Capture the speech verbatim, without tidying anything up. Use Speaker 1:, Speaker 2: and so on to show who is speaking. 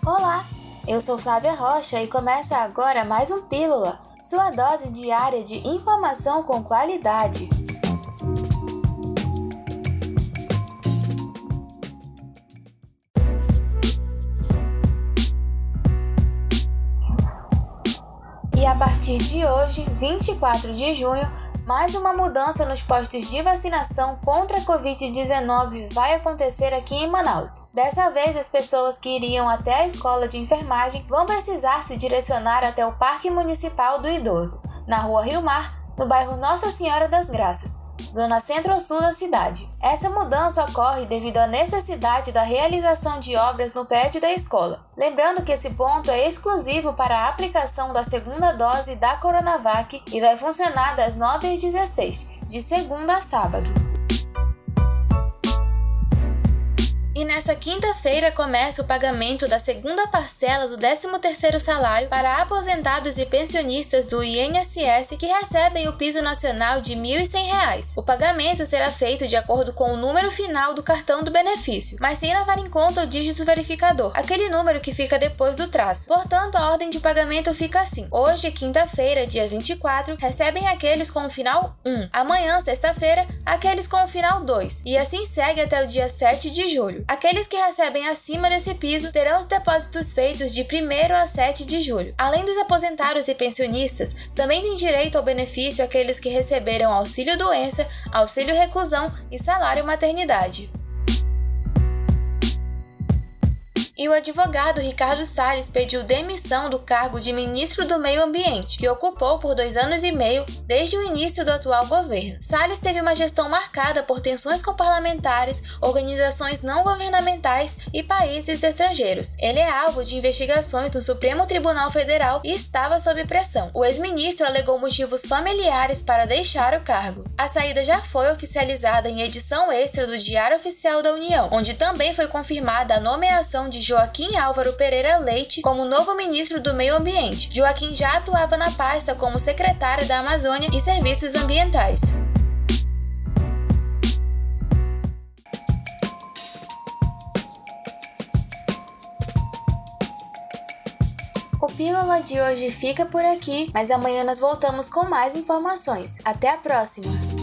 Speaker 1: Olá, eu sou Flávia Rocha e começa agora mais um Pílula, sua dose diária de informação com qualidade. E a partir de hoje, vinte e quatro de junho, mais uma mudança nos postos de vacinação contra a covid dezenove vai acontecer aqui em Manaus. Dessa vez, as pessoas que iriam até a escola de enfermagem vão precisar se direcionar até o Parque Municipal do Idoso, na Rua Rio Mar, no bairro Nossa Senhora das Graças, zona centro-sul da cidade. Essa mudança ocorre devido à necessidade da realização de obras no prédio da escola. Lembrando que esse ponto é exclusivo para a aplicação da segunda dose da Coronavac e vai funcionar das nove às dezesseis, de segunda a sábado. E nessa quinta-feira começa o pagamento da segunda parcela do décimo terceiro salário para aposentados e pensionistas do I N S S que recebem o piso nacional de mil e cem reais. O pagamento será feito de acordo com o número final do cartão do benefício, mas sem levar em conta o dígito verificador, aquele número que fica depois do traço. Portanto, a ordem de pagamento fica assim. Hoje, quinta-feira, dia vinte e quatro, recebem aqueles com o final um. Amanhã, sexta-feira, aqueles com o final dois. E assim segue até o dia sete de julho. Aqueles que recebem acima desse piso terão os depósitos feitos de primeiro a sete de julho. Além dos aposentados e pensionistas, também têm direito ao benefício aqueles que receberam auxílio-doença, auxílio-reclusão e salário-maternidade. E o advogado Ricardo Salles pediu demissão do cargo de ministro do Meio Ambiente, que ocupou por dois anos e meio desde o início do atual governo. Salles teve uma gestão marcada por tensões com parlamentares, organizações não governamentais e países estrangeiros. Ele é alvo de investigações no Supremo Tribunal Federal e estava sob pressão. O ex-ministro alegou motivos familiares para deixar o cargo. A saída já foi oficializada em edição extra do Diário Oficial da União, onde também foi confirmada a nomeação de Joaquim Álvaro Pereira Leite como novo ministro do Meio Ambiente. Joaquim já atuava na pasta como secretário da Amazônia e Serviços Ambientais. O Pílula de hoje fica por aqui, mas amanhã nós voltamos com mais informações. Até a próxima!